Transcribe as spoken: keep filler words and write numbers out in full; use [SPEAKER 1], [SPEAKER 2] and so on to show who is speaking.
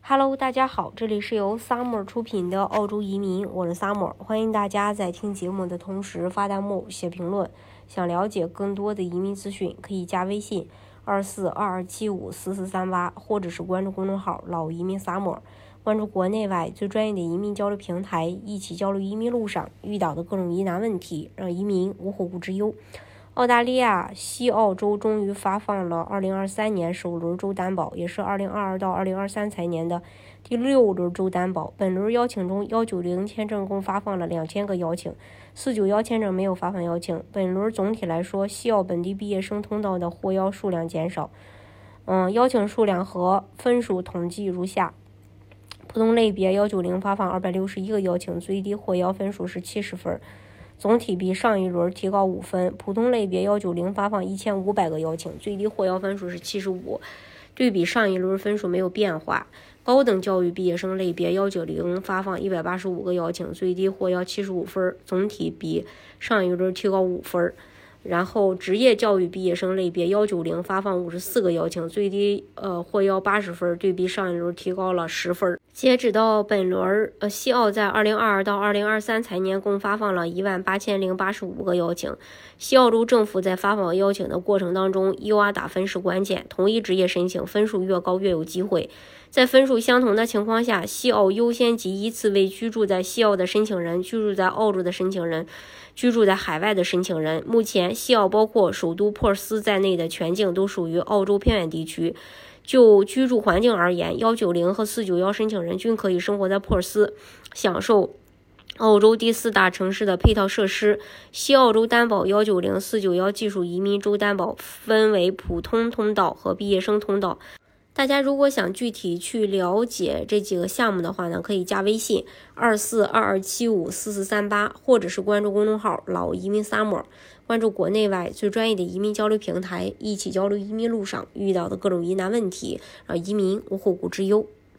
[SPEAKER 1] Hello， 大家好，这里是由 Summer 出品的澳洲移民，我是 Summer， 欢迎大家在听节目的同时发弹幕、写评论。想了解更多的移民资讯，可以加微信二四二二七五四四三八，或者是关注公众号老移民 Summer， 关注国内外最专业的移民交流平台，一起交流移民路上遇到的各种疑难问题，让移民无后顾之忧。澳大利亚西澳洲终于发放了二零二三年首轮州担保，也是二零二二到二零二三财年的第六轮州担保。本轮邀请中，一九零签证共发放了两千个邀请，四九一签证没有发放邀请。本轮总体来说，西澳本地毕业生通道的获邀数量减少。嗯，邀请数量和分数统计如下：普通类别一九零发放二百六十一个邀请，最低获邀分数是七十分。总体比上一轮提高五分。普通类别一九零发放一千五百个邀请，最低获邀分数是七十五，对比上一轮分数没有变化。高等教育毕业生类别一九零发放一百八十五个邀请，最低获邀七十五分，总体比上一轮提高五分。然后职业教育毕业生类别一九零发放五十四个邀请，最低呃获邀八十分，对比上一轮提高了十分。截止到本轮，呃，西澳在二零二二到二零二三财年共发放了一万八千零八十五个邀请。西澳洲政府在发放邀请的过程当中 ，U R 打分是关键，同一职业申请分数越高越有机会。在分数相同的情况下，西澳优先级依次为居住在西澳的申请人、居住在澳洲的申请人、居住在海外的申请人。目前，西澳包括首都珀斯在内的全境都属于澳洲偏远地区。就居住环境而言，一九零和四九一申请人均可以生活在珀斯，享受澳洲第四大城市的配套设施。西澳洲担保一九零、四九一技术移民州担保分为普通通道和毕业生通道。大家如果想具体去了解这几个项目的话呢，可以加微信二四二二七五四四三八，或者是关注公众号老移民 Summer， 关注国内外最专业的移民交流平台，一起交流移民路上遇到的各种疑难问题，让移民无后顾之忧。